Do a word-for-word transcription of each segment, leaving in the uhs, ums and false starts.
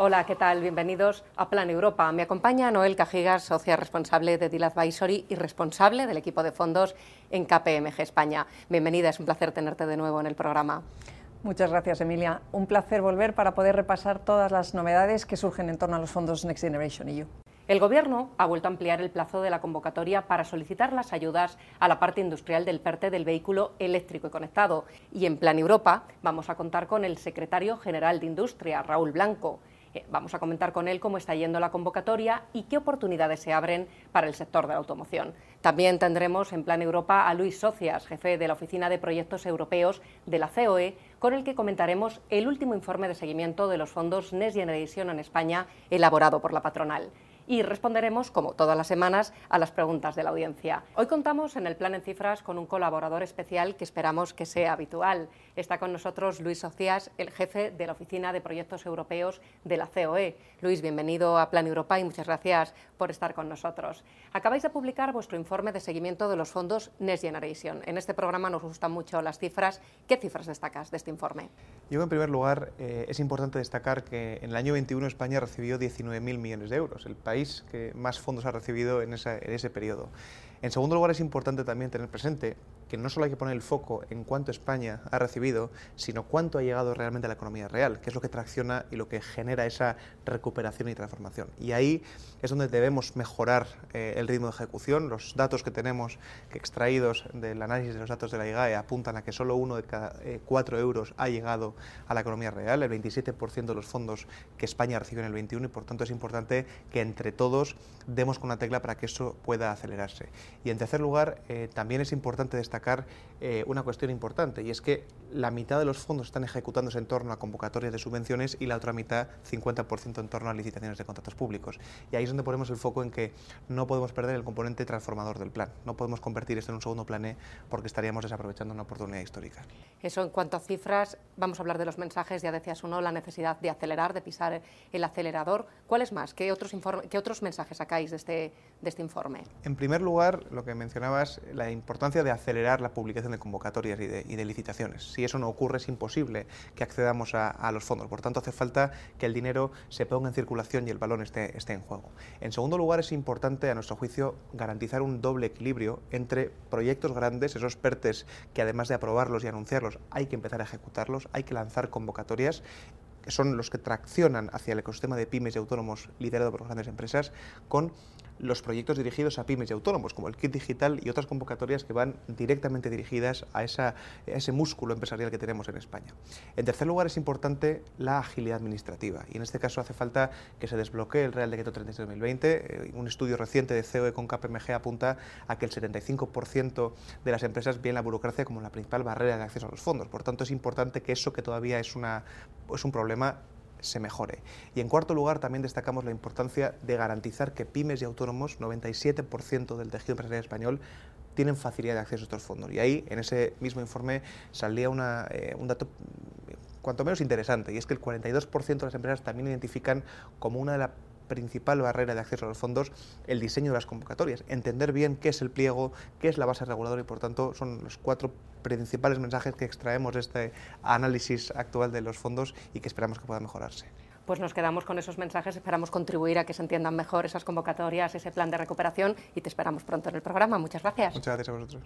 Hola, ¿qué tal? Bienvenidos a Plan Europa. Me acompaña Noel Cajigas, socia responsable de Deal Advisory y responsable del equipo de fondos en K P M G España. Bienvenida, es un placer tenerte de nuevo en el programa. Muchas gracias, Emilia. Un placer volver para poder repasar todas las novedades que surgen en torno a los fondos Next Generation E U. El Gobierno ha vuelto a ampliar el plazo de la convocatoria para solicitar las ayudas a la parte industrial del PERTE del vehículo eléctrico y conectado. Y en Plan Europa vamos a contar con el secretario general de Industria, Raúl Blanco. Vamos a comentar con él cómo está yendo la convocatoria y qué oportunidades se abren para el sector de la automoción. También tendremos en Plan Europa a Luis Socias, jefe de la Oficina de Proyectos Europeos de la C O E, con el que comentaremos el último informe de seguimiento de los fondos Next Generation en España elaborado por la patronal. Y responderemos, como todas las semanas, a las preguntas de la audiencia. Hoy contamos en el Plan en Cifras con un colaborador especial que esperamos que sea habitual. Está con nosotros Luis Socias, el jefe de la Oficina de Proyectos Europeos de la C O E. Luis, bienvenido a Plan Europa y muchas gracias por estar con nosotros. Acabáis de publicar vuestro informe de seguimiento de los fondos Next Generation. En este programa nos gustan mucho las cifras. ¿Qué cifras destacas de este informe? Yo, en primer lugar, eh, es importante destacar que en el año veintiuno España recibió diecinueve mil millones de euros, el país que más fondos ha recibido en, esa, en ese periodo. En segundo lugar, es importante también tener presente que no solo hay que poner el foco en cuánto España ha recibido, sino cuánto ha llegado realmente a la economía real, que es lo que tracciona y lo que genera esa recuperación y transformación. Y ahí es donde debemos mejorar eh, el ritmo de ejecución. Los datos que tenemos que extraídos del análisis de los datos de la I G A E apuntan a que solo uno de cada eh, cuatro euros ha llegado a la economía real, el veintisiete por ciento de los fondos que España recibió en el veintiuno, y por tanto es importante que entre todos demos con una tecla para que eso pueda acelerarse. Y en tercer lugar, eh, también es importante destacar eh, una cuestión importante, y es que la mitad de los fondos están ejecutándose en torno a convocatorias de subvenciones y la otra mitad, cincuenta por ciento, en torno a licitaciones de contratos públicos. Y ahí es donde ponemos el foco en que no podemos perder el componente transformador del plan. No podemos convertir esto en un segundo plan E porque estaríamos desaprovechando una oportunidad histórica. Eso en cuanto a cifras, vamos a hablar de los mensajes. Ya decías uno, la necesidad de acelerar, de pisar el acelerador. ¿Cuáles más? ¿Qué otros, informe, qué otros mensajes sacáis de este, de este informe? En primer lugar, lo que mencionabas, la importancia de acelerar la publicación de convocatorias y de, y de licitaciones. Si eso no ocurre, es imposible que accedamos a, a los fondos. Por tanto, hace falta que el dinero se ponga en circulación y el balón esté, esté en juego. En segundo lugar, es importante, a nuestro juicio, garantizar un doble equilibrio entre proyectos grandes, esos PERTES que además de aprobarlos y anunciarlos, hay que empezar a ejecutarlos, hay que lanzar convocatorias, que son los que traccionan hacia el ecosistema de pymes y autónomos liderado por las grandes empresas, con los proyectos dirigidos a pymes y autónomos, como el Kit Digital y otras convocatorias que van directamente dirigidas a, esa, a ese músculo empresarial que tenemos en España. En tercer lugar, es importante la agilidad administrativa, y en este caso hace falta que se desbloquee el Real Decreto treinta y seis barra dos mil veinte. Un estudio reciente de C O E con K P M G apunta a que el setenta y cinco por ciento de las empresas ven la burocracia como la principal barrera de acceso a los fondos. Por tanto, es importante que eso, que todavía es, una, es un problema, se mejore. Y en cuarto lugar, también destacamos la importancia de garantizar que pymes y autónomos, noventa y siete por ciento del tejido empresarial español, tienen facilidad de acceso a estos fondos. Y ahí, en ese mismo informe, salía una, eh, un dato cuanto menos interesante, y es que el cuarenta y dos por ciento de las empresas también identifican como una de las principal barrera de acceso a los fondos el diseño de las convocatorias, entender bien qué es el pliego, qué es la base reguladora, y por tanto son los cuatro principales mensajes que extraemos de este análisis actual de los fondos y que esperamos que pueda mejorarse. Pues nos quedamos con esos mensajes, esperamos contribuir a que se entiendan mejor esas convocatorias, ese plan de recuperación, y te esperamos pronto en el programa. Muchas gracias. Muchas gracias a vosotros.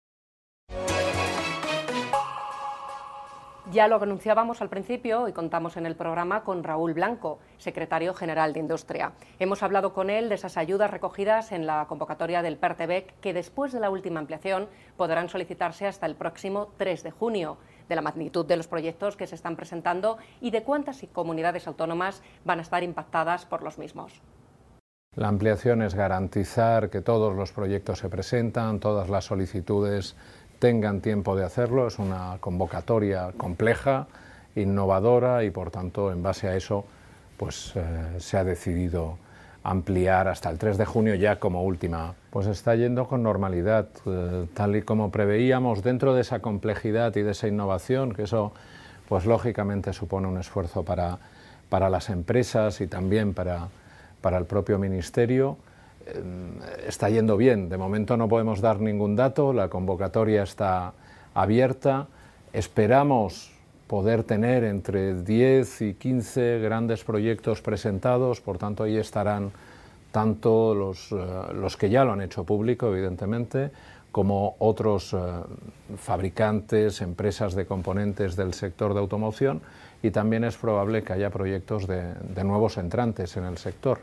Ya lo anunciábamos al principio y contamos en el programa con Raúl Blanco, secretario general de Industria. Hemos hablado con él de esas ayudas recogidas en la convocatoria del PERTE B E C, que después de la última ampliación podrán solicitarse hasta el próximo tres de junio, de la magnitud de los proyectos que se están presentando y de cuántas comunidades autónomas van a estar impactadas por los mismos. La ampliación es garantizar que todos los proyectos se presentan, todas las solicitudes tengan tiempo de hacerlo. Es una convocatoria compleja, innovadora, y por tanto, en base a eso, pues eh, se ha decidido ampliar hasta el tres de junio ya como última. Pues está yendo con normalidad, eh, tal y como preveíamos, dentro de esa complejidad y de esa innovación, que eso pues lógicamente supone un esfuerzo para, para las empresas y también para, para el propio Ministerio. Está yendo bien. De momento no podemos dar ningún dato, la convocatoria está abierta. Esperamos poder tener entre diez y quince grandes proyectos presentados, por tanto ahí estarán tanto los, eh, los que ya lo han hecho público, evidentemente, como otros eh, fabricantes, empresas de componentes del sector de automoción, y también es probable que haya proyectos de, de nuevos entrantes en el sector,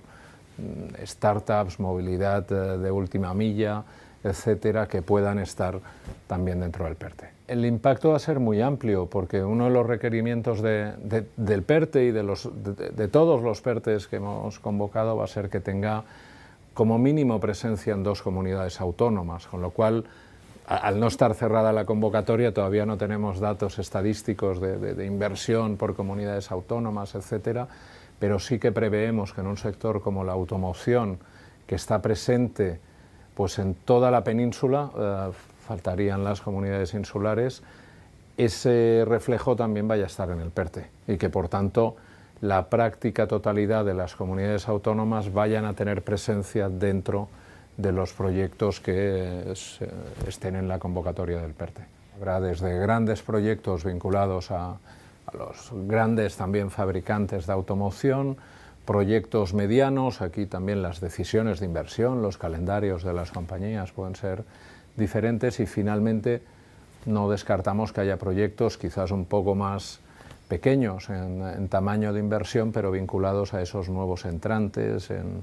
startups, movilidad eh, de última milla, etcétera, que puedan estar también dentro del PERTE. El impacto va a ser muy amplio, porque uno de los requerimientos de, de, del PERTE y de, los, de, de todos los PERTEs que hemos convocado va a ser que tenga como mínimo presencia en dos comunidades autónomas, con lo cual, al no estar cerrada la convocatoria, todavía no tenemos datos estadísticos de, de, de inversión por comunidades autónomas, etcétera, pero sí que preveemos que en un sector como la automoción, que está presente pues en toda la península, eh, faltarían las comunidades insulares, ese reflejo también vaya a estar en el PERTE y que por tanto la práctica totalidad de las comunidades autónomas vayan a tener presencia dentro de los proyectos que es, eh, estén en la convocatoria del PERTE. Habrá desde grandes proyectos vinculados a, a los grandes también fabricantes de automoción, proyectos medianos, aquí también las decisiones de inversión, los calendarios de las compañías pueden ser diferentes, y finalmente no descartamos que haya proyectos quizás un poco más pequeños en, en tamaño de inversión, pero vinculados a esos nuevos entrantes, en,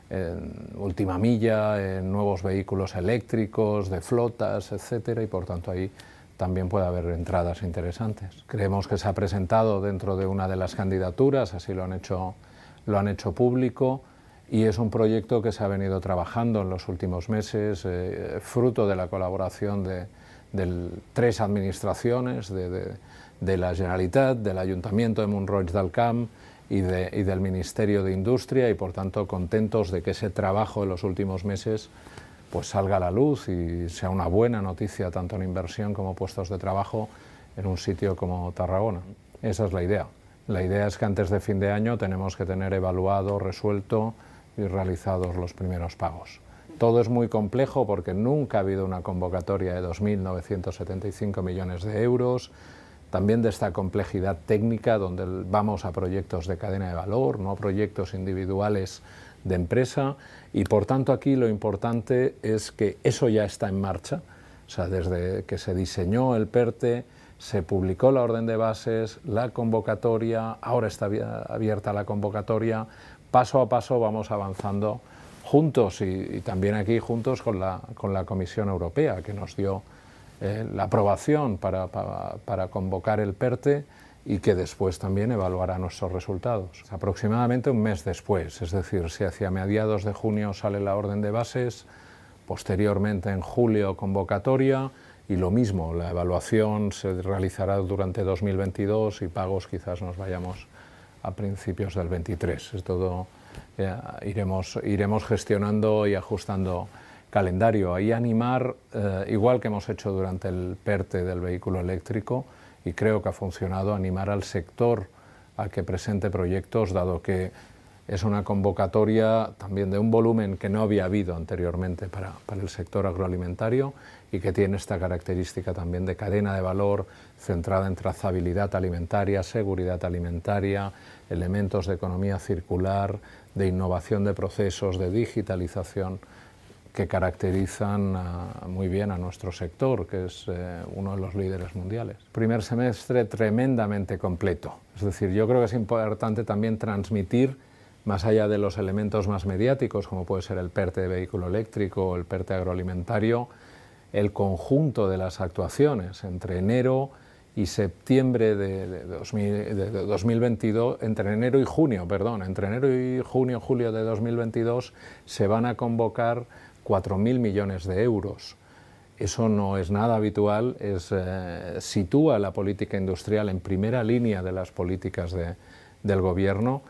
en última milla, en nuevos vehículos eléctricos, de flotas, etcétera, y por tanto ahí también puede haber entradas interesantes. Creemos que se ha presentado dentro de una de las candidaturas, así lo han hecho lo han hecho público, y es un proyecto que se ha venido trabajando en los últimos meses, eh, fruto de la colaboración de, de tres administraciones, de, de, de la Generalitat, del Ayuntamiento de Mont-Roig del Camp y, de, y del Ministerio de Industria, y por tanto contentos de que ese trabajo de los últimos meses pues salga a la luz y sea una buena noticia tanto en inversión como puestos de trabajo en un sitio como Tarragona. Esa es la idea. La idea es que antes de fin de año tenemos que tener evaluado, resuelto y realizados los primeros pagos. Todo es muy complejo porque nunca ha habido una convocatoria de dos mil novecientos setenta y cinco millones de euros, también de esta complejidad técnica donde vamos a proyectos de cadena de valor, no proyectos individuales de empresa, y por tanto aquí lo importante es que eso ya está en marcha, o sea, desde que se diseñó el PERTE, se publicó la orden de bases, la convocatoria, ahora está abierta la convocatoria, paso a paso vamos avanzando juntos y, y también aquí juntos con la, con la Comisión Europea, que nos dio eh, la aprobación para, para, para convocar el PERTE y que después también evaluará nuestros resultados. Aproximadamente un mes después, es decir, si hacia mediados de junio sale la orden de bases, posteriormente en julio convocatoria, y lo mismo, la evaluación se realizará durante dos mil veintidós y pagos quizás nos vayamos a principios del veintitrés. Es todo, eh, iremos, iremos gestionando y ajustando calendario. Ahí animar, eh, igual que hemos hecho durante el PERTE del vehículo eléctrico, y creo que ha funcionado, animar al sector a que presente proyectos, dado que es una convocatoria también de un volumen que no había habido anteriormente para, para el sector agroalimentario y que tiene esta característica también de cadena de valor centrada en trazabilidad alimentaria, seguridad alimentaria, elementos de economía circular, de innovación de procesos, de digitalización, que caracterizan uh, muy bien a nuestro sector, que es eh, uno de los líderes mundiales. Primer semestre tremendamente completo, es decir, yo creo que es importante también transmitir, más allá de los elementos más mediáticos, como puede ser el PERTE de vehículo eléctrico o el PERTE agroalimentario, el conjunto de las actuaciones entre enero y septiembre de, de, dos mil, de, de dos mil veintidós, entre enero y junio, perdón, entre enero y junio, julio de dos mil veintidós se van a convocar cuatro mil millones de euros. Eso no es nada habitual, es, eh, sitúa la política industrial en primera línea de las políticas de, del Gobierno,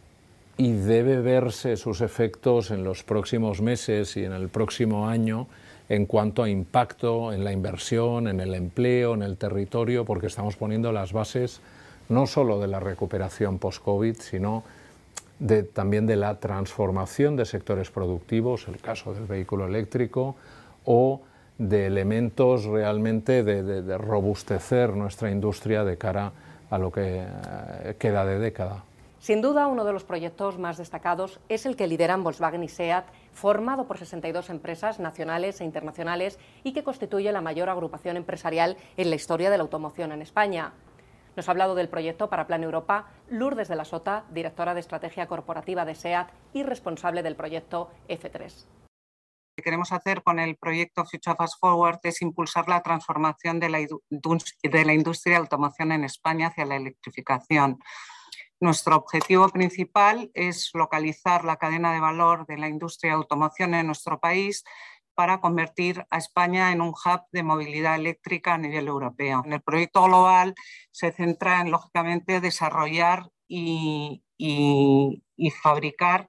y debe verse sus efectos en los próximos meses y en el próximo año en cuanto a impacto en la inversión, en el empleo, en el territorio, porque estamos poniendo las bases no solo de la recuperación post-COVID, sino de, también de la transformación de sectores productivos, el caso del vehículo eléctrico, o de elementos realmente de, de, de robustecer nuestra industria de cara a lo que eh, queda de década. Sin duda, uno de los proyectos más destacados es el que lideran Volkswagen y SEAT, formado por sesenta y dos empresas nacionales e internacionales y que constituye la mayor agrupación empresarial en la historia de la automoción en España. Nos ha hablado del proyecto para Plan Europa Lourdes de la Sota, directora de Estrategia Corporativa de SEAT y responsable del proyecto F tres. Lo que queremos hacer con el proyecto Future Fast Forward es impulsar la transformación de la, de la industria de automoción en España hacia la electrificación. Nuestro objetivo principal es localizar la cadena de valor de la industria de automoción en nuestro país para convertir a España en un hub de movilidad eléctrica a nivel europeo. En el proyecto global se centra en, lógicamente, desarrollar y, y, y fabricar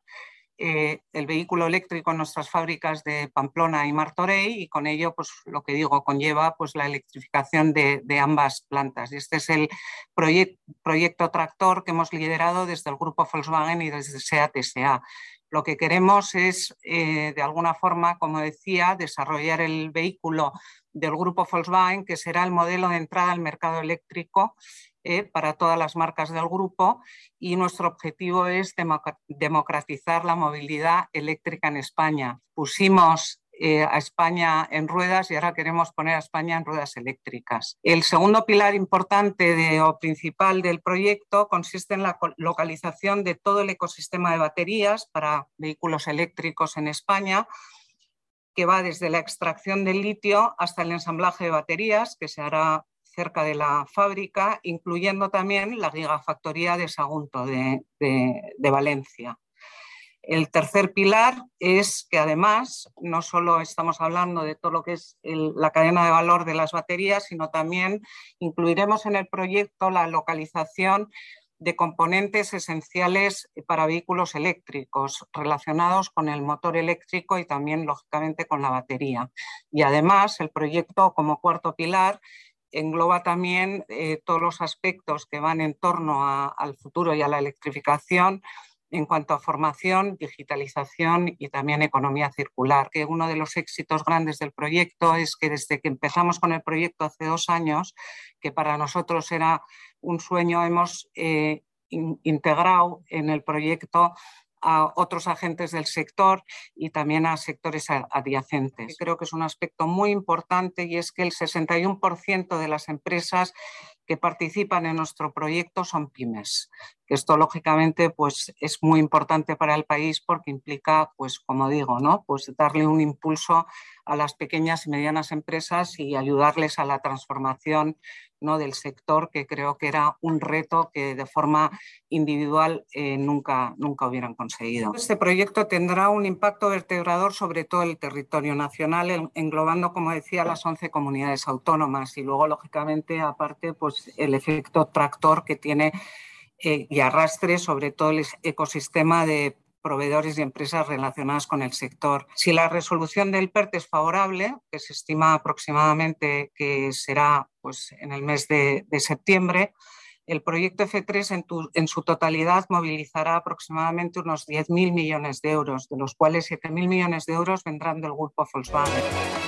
Eh, el vehículo eléctrico en nuestras fábricas de Pamplona y Martorell, y con ello, pues lo que digo, conlleva pues la electrificación de, de ambas plantas. Y este es el proyect, proyecto tractor que hemos liderado desde el grupo Volkswagen y desde SEAT S A. Lo que queremos es, eh, de alguna forma, como decía, desarrollar el vehículo del grupo Volkswagen, que será el modelo de entrada al mercado eléctrico Eh, para todas las marcas del grupo, y nuestro objetivo es democratizar la movilidad eléctrica en España. Pusimos eh, a España en ruedas y ahora queremos poner a España en ruedas eléctricas. El segundo pilar importante de, o principal del proyecto consiste en la localización de todo el ecosistema de baterías para vehículos eléctricos en España, que va desde la extracción del litio hasta el ensamblaje de baterías, que se hará cerca de la fábrica, incluyendo también la gigafactoría de Sagunto de, de, de Valencia. El tercer pilar es que además no solo estamos hablando de todo lo que es el, la cadena de valor de las baterías, sino también incluiremos en el proyecto la localización de componentes esenciales para vehículos eléctricos relacionados con el motor eléctrico y también, lógicamente, con la batería. Y además, el proyecto, como cuarto pilar, engloba también eh, todos los aspectos que van en torno a, al futuro y a la electrificación en cuanto a formación, digitalización y también economía circular. Que uno de los éxitos grandes del proyecto es que desde que empezamos con el proyecto hace dos años, que para nosotros era un sueño, hemos eh, in, integrado en el proyecto a otros agentes del sector y también a sectores adyacentes. Creo que es un aspecto muy importante, y es que el sesenta y uno por ciento de las empresas que participan en nuestro proyecto son pymes. Esto, lógicamente, pues, es muy importante para el país porque implica, pues, como digo, ¿no? Pues darle un impulso a las pequeñas y medianas empresas y ayudarles a la transformación, ¿no?, del sector, que creo que era un reto que de forma individual eh, nunca, nunca hubieran conseguido. Este proyecto tendrá un impacto vertebrador sobre todo el territorio nacional, englobando, como decía, las once comunidades autónomas, y luego, lógicamente, aparte, pues el efecto tractor que tiene eh, y arrastre sobre todo el ecosistema de proveedores y empresas relacionadas con el sector. Si la resolución del PERTE es favorable, que se estima aproximadamente que será pues, en el mes de, de septiembre, el proyecto F tres en, tu, en su totalidad movilizará aproximadamente unos diez mil millones de euros, de los cuales siete mil millones de euros vendrán del grupo Volkswagen.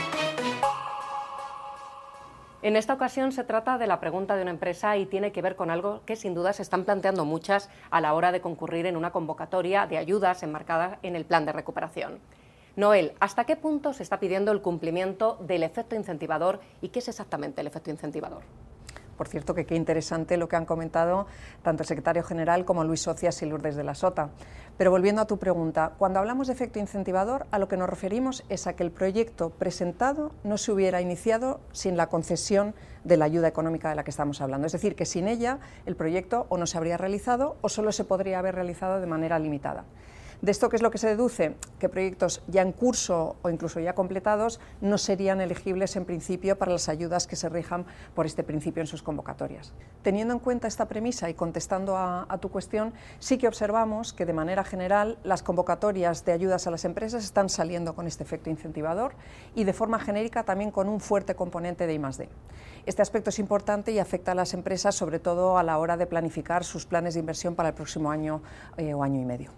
En esta ocasión se trata de la pregunta de una empresa y tiene que ver con algo que sin duda se están planteando muchas a la hora de concurrir en una convocatoria de ayudas enmarcada en el plan de recuperación. Noel, ¿hasta qué punto se está pidiendo el cumplimiento del efecto incentivador y qué es exactamente el efecto incentivador? Por cierto, que qué interesante lo que han comentado tanto el secretario general como Luis Socias y Lourdes de la Sota. Pero volviendo a tu pregunta, cuando hablamos de efecto incentivador, a lo que nos referimos es a que el proyecto presentado no se hubiera iniciado sin la concesión de la ayuda económica de la que estamos hablando. Es decir, que sin ella el proyecto o no se habría realizado o solo se podría haber realizado de manera limitada. ¿De esto qué es lo que se deduce? Que proyectos ya en curso o incluso ya completados no serían elegibles en principio para las ayudas que se rijan por este principio en sus convocatorias. Teniendo en cuenta esta premisa y contestando a, a tu cuestión, sí que observamos que de manera general las convocatorias de ayudas a las empresas están saliendo con este efecto incentivador y de forma genérica también con un fuerte componente de I más D. Este aspecto es importante y afecta a las empresas sobre todo a la hora de planificar sus planes de inversión para el próximo año eh, o año y medio.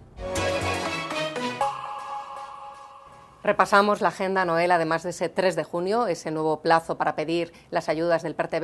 Repasamos la agenda, Noel, además de ese tres de junio, ese nuevo plazo para pedir las ayudas del PERTE-B E C.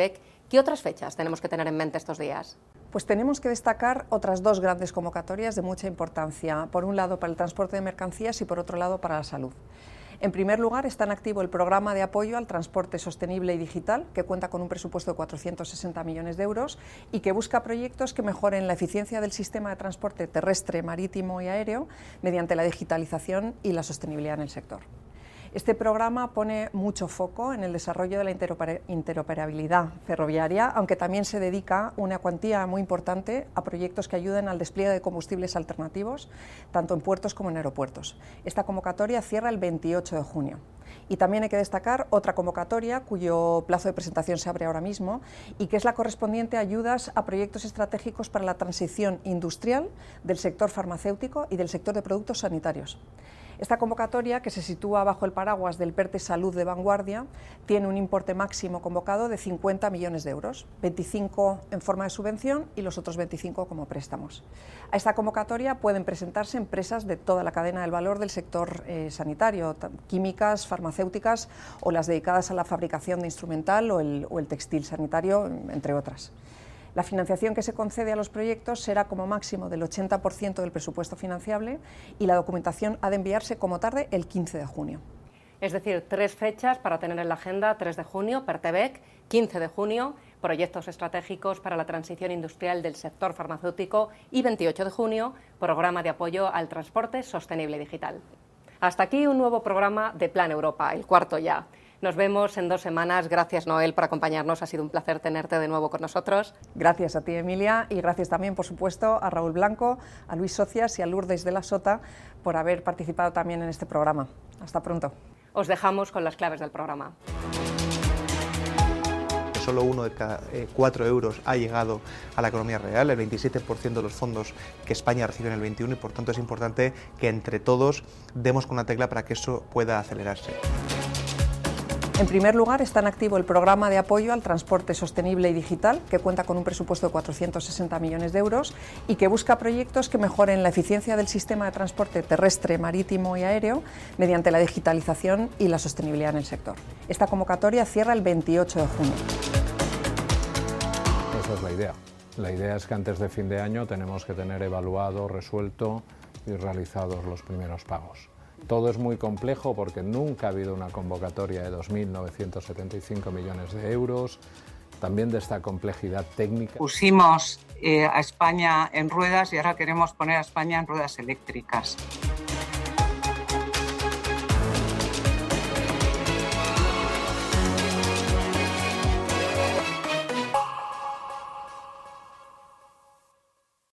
¿Qué otras fechas tenemos que tener en mente estos días? Pues tenemos que destacar otras dos grandes convocatorias de mucha importancia, por un lado para el transporte de mercancías y por otro lado para la salud. En primer lugar, está en activo el programa de apoyo al transporte sostenible y digital, que cuenta con un presupuesto de cuatrocientos sesenta millones de euros y que busca proyectos que mejoren la eficiencia del sistema de transporte terrestre, marítimo y aéreo mediante la digitalización y la sostenibilidad en el sector. Este programa pone mucho foco en el desarrollo de la interoperabilidad ferroviaria, aunque también se dedica una cuantía muy importante a proyectos que ayuden al despliegue de combustibles alternativos, tanto en puertos como en aeropuertos. Esta convocatoria cierra el veintiocho de junio. Y también hay que destacar otra convocatoria cuyo plazo de presentación se abre ahora mismo y que es la correspondiente a ayudas a proyectos estratégicos para la transición industrial del sector farmacéutico y del sector de productos sanitarios. Esta convocatoria, que se sitúa bajo el paraguas del PERTE Salud de Vanguardia, tiene un importe máximo convocado de cincuenta millones de euros, veinticinco en forma de subvención y los otros veinticinco como préstamos. A esta convocatoria pueden presentarse empresas de toda la cadena del valor del sector eh, sanitario, químicas, farmacéuticas o las dedicadas a la fabricación de instrumental o el, o el textil sanitario, entre otras. La financiación que se concede a los proyectos será como máximo del ochenta por ciento del presupuesto financiable y la documentación ha de enviarse como tarde el quince de junio. Es decir, tres fechas para tener en la agenda: tres de junio, PERTEVEC, quince de junio, proyectos estratégicos para la transición industrial del sector farmacéutico y veintiocho de junio, programa de apoyo al transporte sostenible y digital. Hasta aquí un nuevo programa de Plan Europa, el cuarto ya. Nos vemos en dos semanas. Gracias, Noel, por acompañarnos. Ha sido un placer tenerte de nuevo con nosotros. Gracias a ti, Emilia, y gracias también, por supuesto, a Raúl Blanco, a Luis Socias y a Lourdes de la Sota por haber participado también en este programa. Hasta pronto. Os dejamos con las claves del programa. Solo uno de cada eh, cuatro euros ha llegado a la economía real, el veintisiete por ciento de los fondos que España recibe en el veintiuno, y por tanto es importante que entre todos demos con una tecla para que eso pueda acelerarse. En primer lugar, está en activo el programa de apoyo al transporte sostenible y digital, que cuenta con un presupuesto de cuatrocientos sesenta millones de euros y que busca proyectos que mejoren la eficiencia del sistema de transporte terrestre, marítimo y aéreo mediante la digitalización y la sostenibilidad en el sector. Esta convocatoria cierra el veintiocho de junio. Esa es la idea. La idea es que antes de fin de año tenemos que tener evaluado, resuelto y realizados los primeros pagos. Todo es muy complejo porque nunca ha habido una convocatoria de dos mil novecientos setenta y cinco millones de euros, también de esta complejidad técnica. Pusimos eh, a España en ruedas y ahora queremos poner a España en ruedas eléctricas.